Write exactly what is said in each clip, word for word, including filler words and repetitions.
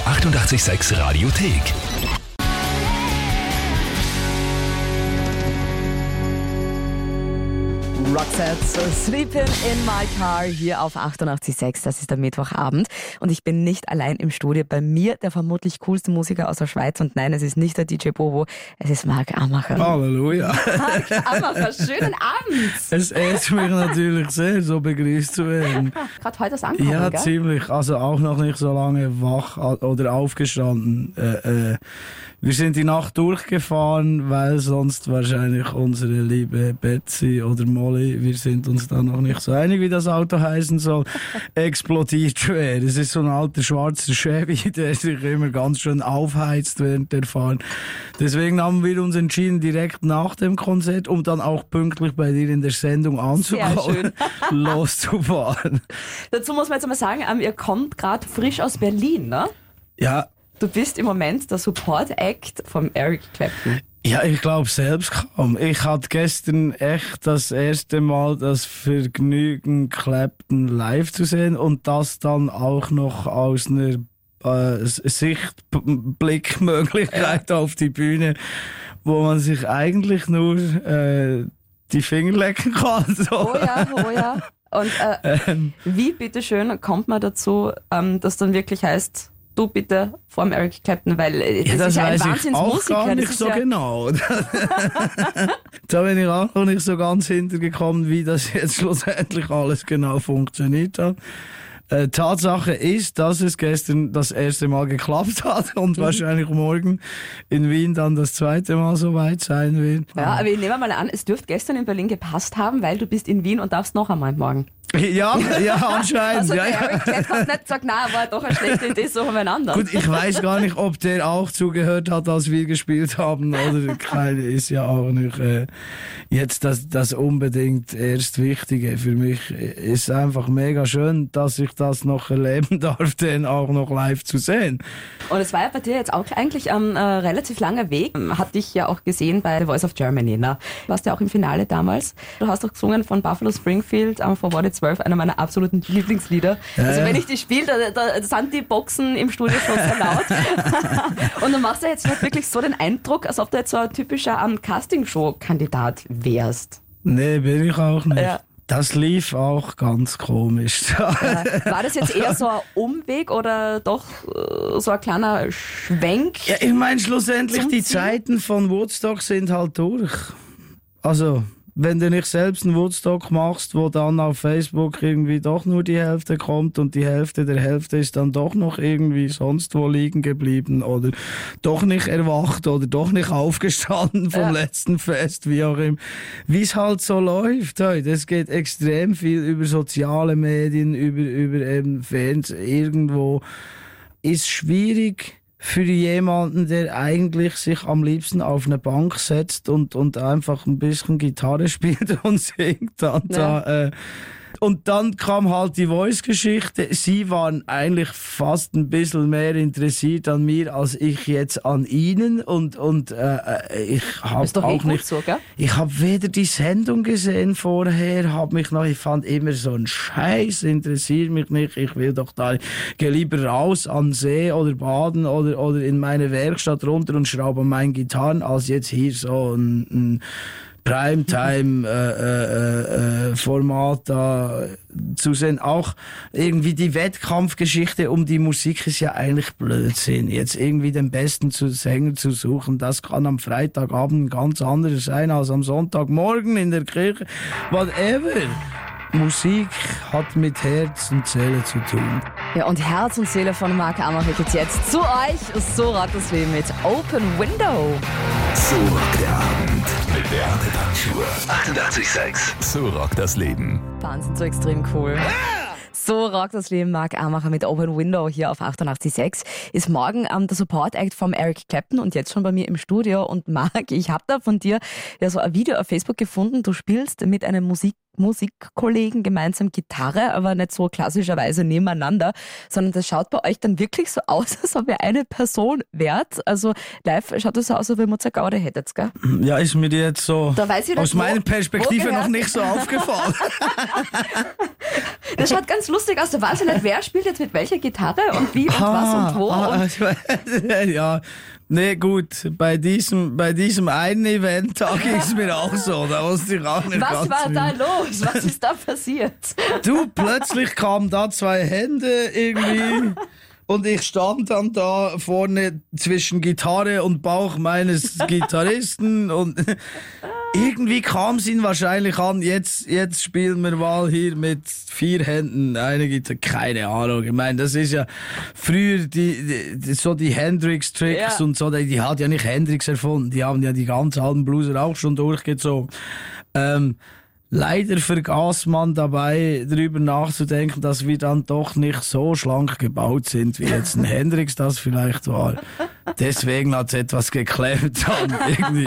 achtundachtzig Komma sechs Radiothek. Roxette, Sleeping in my car hier auf achtundachtzig Komma sechs. Das ist der Mittwochabend und ich bin nicht allein im Studio. Bei mir der vermutlich coolste Musiker aus der Schweiz und nein, es ist nicht der D J Bobo, es ist Marc Amacher. Halleluja. Marc Amacher, schönen Abend. Es ehrt mich natürlich sehr, so begrüßt zu werden. Gerade heute ist angekommen, Ja, gell? ziemlich. Also auch noch nicht so lange wach oder aufgestanden. Äh, äh, wir sind die Nacht durchgefahren, weil sonst wahrscheinlich unsere liebe Betsy oder Molly, wir sind uns da noch nicht so einig, wie das Auto heißen soll, explodiert wäre. Es ist so ein alter schwarzer Chevy, der sich immer ganz schön aufheizt während der Fahrt. Deswegen haben wir uns entschieden, direkt nach dem Konzert, um dann auch pünktlich bei dir in der Sendung anzukommen, loszufahren. Dazu muss man jetzt einmal sagen, ähm, ihr kommt gerade frisch aus Berlin, ne? Ja. Du bist im Moment der Support-Act vom Eric Clapton. Ja, ich glaube selbst kaum. Ich hatte gestern echt das erste Mal das Vergnügen, Clapton live zu sehen und das dann auch noch aus einer äh, Sichtblickmöglichkeit ja. auf die Bühne, wo man sich eigentlich nur äh, die Finger lecken kann. So. Oh ja, oh ja. Und äh, ähm. wie bitteschön kommt man dazu, ähm, dass dann wirklich heißt, du bitte vorm Eric Clapton, weil das, ja, das ist ja ein weiß Wahnsinnsmusiker. Ich auch gar nicht so ja genau. Da bin ich auch noch nicht so ganz hintergekommen, wie das jetzt schlussendlich alles genau funktioniert hat. Äh, Tatsache ist, dass es gestern das erste Mal geklappt hat und mhm. wahrscheinlich morgen in Wien dann das zweite Mal so weit sein wird. Ja, aber ich nehme mal an, es dürfte gestern in Berlin gepasst haben, weil du bist in Wien und darfst noch einmal morgen. Ja, ja, anscheinend. Also ja, der ja. Eric Clapton hat nicht gesagt, nein, war doch eine schlechte Idee, suchen wir einen anderen. Gut, ich weiß gar nicht, ob der auch zugehört hat, als wir gespielt haben, oder keine, ist ja auch nicht äh, jetzt das, das unbedingt erst Wichtige. Für mich ist einfach mega schön, dass ich das noch erleben darf, den auch noch live zu sehen. Und es war ja bei dir jetzt auch eigentlich ein äh, relativ langer Weg. Hat dich ja auch gesehen bei The Voice of Germany. Ne? Du warst ja auch im Finale damals. Du hast doch gesungen von Buffalo Springfield ähm, vor What It's zwölf, einer meiner absoluten Lieblingslieder. Ja, also ja. wenn ich die spiele, da, da sind die Boxen im Studio schon so laut. Und du machst ja jetzt nicht wirklich so den Eindruck, als ob du jetzt so ein typischer um, Castingshow-Kandidat wärst. Nee, bin ich auch nicht. Ja. Das lief auch ganz komisch. Ja. War das jetzt eher so ein Umweg oder doch äh, so ein kleiner Schwenk? Ja, ich meine, schlussendlich die Zeiten von Woodstock sind halt durch. Also, wenn du nicht selbst einen Woodstock machst, wo dann auf Facebook irgendwie doch nur die Hälfte kommt und die Hälfte der Hälfte ist dann doch noch irgendwie sonst wo liegen geblieben oder doch nicht erwacht oder doch nicht aufgestanden vom ja. letzten Fest, wie auch immer. Wie es halt so läuft heute. Es geht extrem viel über soziale Medien, über, über eben Fernsehen. Irgendwo ist schwierig für jemanden, der eigentlich sich am liebsten auf eine Bank setzt und, und einfach ein bisschen Gitarre spielt und singt. Dann ja. da, äh, und dann kam halt die Voice-Geschichte. Sie waren eigentlich fast ein bisschen mehr interessiert an mir als ich jetzt an ihnen. Und, und äh, ich habe auch nicht. So, gell? Ich habe weder die Sendung gesehen vorher, habe mich noch. Ich fand immer so ein Scheiß, interessiert mich nicht. Ich will doch da geh lieber raus an See oder baden oder oder in meine Werkstatt runter und schraube an meinen Gitarren, als jetzt hier so ein, ein Primetime-Format äh, äh, äh, da zu sehen. Auch irgendwie die Wettkampfgeschichte um die Musik ist ja eigentlich Blödsinn. Jetzt irgendwie den besten Sänger zu suchen, das kann am Freitagabend ganz anders sein als am Sonntagmorgen in der Kirche. Whatever. Musik hat mit Herz und Seele zu tun. Ja, und Herz und Seele von Marc Amacher geht jetzt zu euch. So rockt das Leben mit Open Window. So rockt der Abend mit Beate Panschur. achtundachtzig Komma sechs. So rockt das Leben. Wahnsinn, so extrem cool. So rockt das Leben, Marc Amacher mit Open Window hier auf achtundachtzig Komma sechs. Ist morgen ähm, der Support-Act vom Eric Clapton und jetzt schon bei mir im Studio. Und Marc, ich habe da von dir ja so ein Video auf Facebook gefunden. Du spielst mit einem Musikmagazin Musikkollegen gemeinsam Gitarre, aber nicht so klassischerweise nebeneinander, sondern das schaut bei euch dann wirklich so aus, als ob ihr eine Person wärt. Also live schaut das so aus, als ob ihr Mozart hättet, gell? Ja, ist mir jetzt so da weiß ich aus nicht, meiner wo, Perspektive wo noch nicht so aufgefallen. Das schaut ganz lustig aus. Da weiß ich nicht, wer spielt jetzt mit welcher Gitarre und wie und ah, was und wo. Ah, und ja, nee, gut. Bei diesem, bei diesem einen Event da ging es mir auch so. Da wusste ich auch nicht was ganz war wie. da los? Was ist da passiert? Du, plötzlich kamen da zwei Hände irgendwie. Und ich stand dann da vorne zwischen Gitarre und Bauch meines Gitarristen und irgendwie kam es ihn wahrscheinlich an, jetzt, jetzt spielen wir mal hier mit vier Händen eine Gitarre. Keine Ahnung, ich meine, das ist ja früher die, die so die Hendrix-Tricks ja. und so, die, die hat ja nicht Hendrix erfunden, die haben ja die ganz alten Blueser auch schon durchgezogen. Ähm, Leider vergaß man dabei, darüber nachzudenken, dass wir dann doch nicht so schlank gebaut sind, wie jetzt ein Hendrix das vielleicht war. Deswegen hat es etwas geklemmt dann irgendwie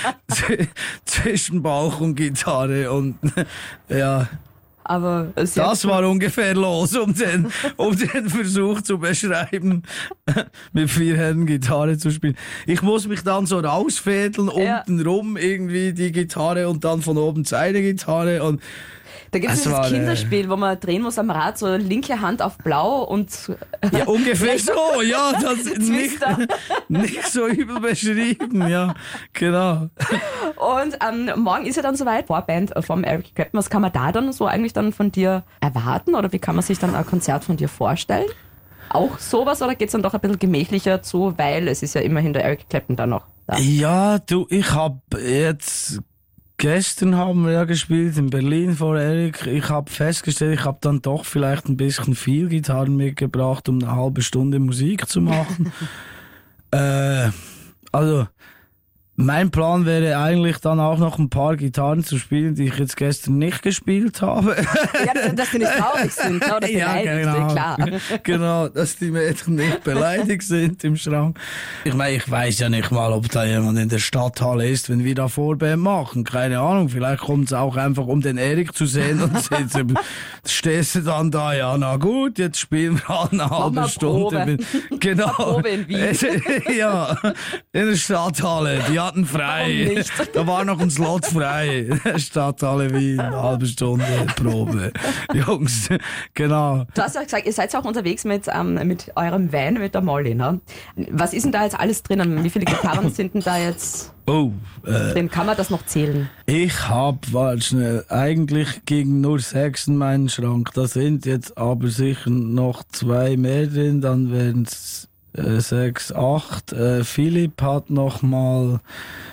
zwischen Bauch und Gitarre und ja. Aber das war ungefähr los, um den, um den Versuch zu beschreiben, mit vier Händen Gitarre zu spielen. Ich muss mich dann so rausfädeln, ja. unten rum irgendwie die Gitarre und dann von oben seine Gitarre und da gibt es dieses Kinderspiel, wo man drehen muss am Rad, so linke Hand auf blau und... Ja, ungefähr so, ja, das ist nicht, nicht so übel beschrieben, ja, genau. Und ähm, morgen ist ja dann soweit, Vorband vom Eric Clapton. Was kann man da dann so eigentlich dann von dir erwarten oder wie kann man sich dann ein Konzert von dir vorstellen? Auch sowas oder geht es dann doch ein bisschen gemächlicher zu, weil es ist ja immerhin der Eric Clapton da noch da? Ja, du, ich hab jetzt... Gestern haben wir ja gespielt in Berlin vor Eric. Ich habe festgestellt, ich habe dann doch vielleicht ein bisschen viel Gitarren mitgebracht, um eine halbe Stunde Musik zu machen. äh, also, mein Plan wäre eigentlich dann auch noch ein paar Gitarren zu spielen, die ich jetzt gestern nicht gespielt habe. Ja, dass die nicht traurig sind, oder beleidigt, ja, genau, klar. Genau, dass die Mädchen nicht beleidigt sind im Schrank. Ich meine, ich weiß ja nicht mal, ob da jemand in der Stadthalle ist, wenn wir da Vorband machen. Keine Ahnung, vielleicht kommt es auch einfach, um den Erik zu sehen und stehst du dann da, ja, na gut, jetzt spielen wir halt eine halbe Stunde. Probe. Genau. Probe in Wien. Ja, in der Stadthalle. Die hatten frei. Da war noch ein Slot frei. Stadthalle Wien, eine halbe Stunde Probe. Jungs, genau. Du hast ja gesagt, ihr seid auch unterwegs mit, ähm, mit eurem Van, mit der Molly, ne? Was ist denn da jetzt alles drinnen? Wie viele Gitarren sind denn da jetzt oh, äh, drin? Kann man das noch zählen? Ich hab, warte schnell, eigentlich gegen nur sechs in meinen Schrank. Da sind jetzt aber sicher noch zwei mehr drin, dann wären es Äh, sechs, acht. Äh, Philipp hat noch mal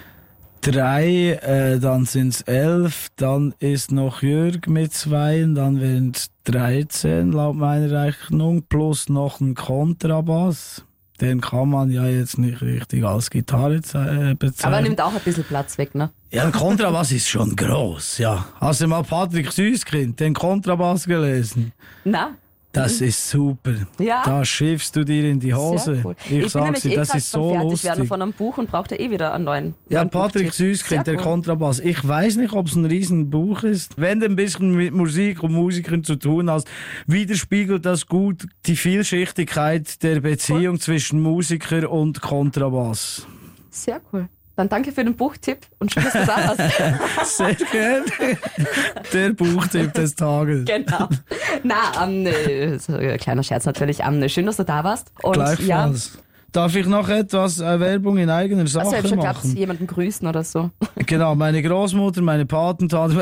drei, äh, dann sind's elf, dann ist noch Jörg mit zwei, dann wären es dreizehn laut meiner Rechnung, plus noch ein Kontrabass. Den kann man ja jetzt nicht richtig als Gitarre äh, bezeichnen. Aber nimmt auch ein bisschen Platz weg, ne? Ja, ein Kontrabass ist schon groß, ja. Hast du mal Patrick Süßkind, den Kontrabass gelesen? Na? Das ist super. Ja. Da schiffst du dir in die Hose. Cool. Ich, ich sag's dir, eh das ist so fertig lustig. werden von einem Buch und braucht eh wieder einen neuen. Ja, neuen Patrick Süßkind, der cool. Kontrabass. Ich weiß nicht, ob es ein Riesenbuch ist. Wenn du ein bisschen mit Musik und Musikern zu tun hast, widerspiegelt das gut die Vielschichtigkeit der Beziehung cool. zwischen Musiker und Kontrabass. Sehr cool. Dann danke für den Buchtipp und schön, dass du da warst. Sehr gerne. Der Buchtipp des Tages. Genau. Na, ähm, äh, kleiner Scherz natürlich. Ähm, schön, dass du da warst. Und, Gleichfalls. Ja, darf ich noch etwas äh, Werbung in eigener Sache machen? Also, ich habe schon jemanden grüßen oder so. Genau, meine Großmutter, meine Patentante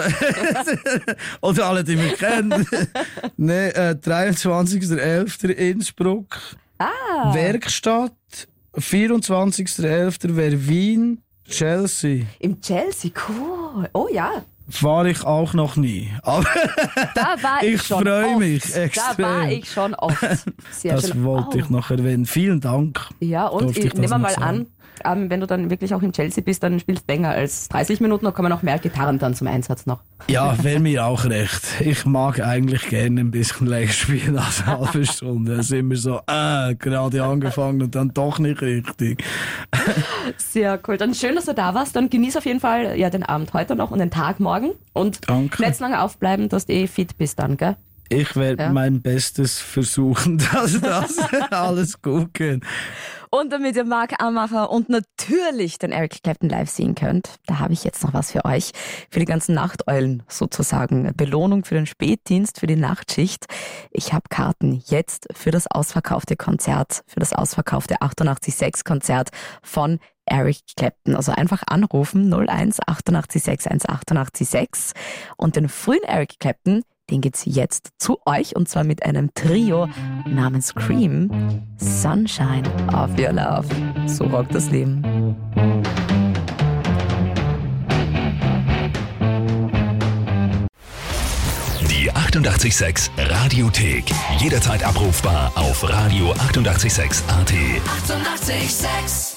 oder alle, die mich kennen. Nee, äh, dreiundzwanzigster elfter Innsbruck. Ah. Werkstatt. vierundzwanzigster elfter wäre Wien. Chelsea. Im Chelsea, cool. Oh ja. War ich auch noch nie. Aber da war ich, ich schon freue oft. mich extrem. Da war ich schon oft. Sehr das schön. wollte oh. ich noch erwähnen. Vielen Dank. Ja, und ich, ich nehme mal sagen. an, Ähm, wenn du dann wirklich auch in Chelsea bist, dann spielst du länger als dreißig Minuten, da kommen auch mehr Gitarren dann zum Einsatz noch. Ja, wäre mir auch recht. Ich mag eigentlich gerne ein bisschen länger spielen als eine halbe Stunde. Da sind wir so, äh, gerade angefangen und dann doch nicht richtig. Sehr cool. Dann schön, dass du da warst. Dann genieß auf jeden Fall ja, den Abend heute noch und den Tag morgen. Und Danke. Nicht lange aufbleiben, dass du eh fit bist dann, gell? Ich werde ja. mein Bestes versuchen, dass das alles gut geht. Und damit ihr Marc Amacher und natürlich den Eric Clapton live sehen könnt, da habe ich jetzt noch was für euch. Für die ganzen Nachteulen sozusagen. Belohnung für den Spätdienst, für die Nachtschicht. Ich habe Karten jetzt für das ausverkaufte Konzert, für das ausverkaufte achtundachtzig Komma sechs Konzert von Eric Clapton. Also einfach anrufen null eins achtundachtzig sechs eins achtundachtzig sechs und den frühen Eric Clapton, den geht's jetzt zu euch und zwar mit einem Trio namens Cream. Sunshine of Your Love. So rockt das Leben. Die achtundachtzig Komma sechs Radiothek. Jederzeit abrufbar auf radio achtundachtzig Komma sechs Punkt a t. achtundachtzig Komma sechs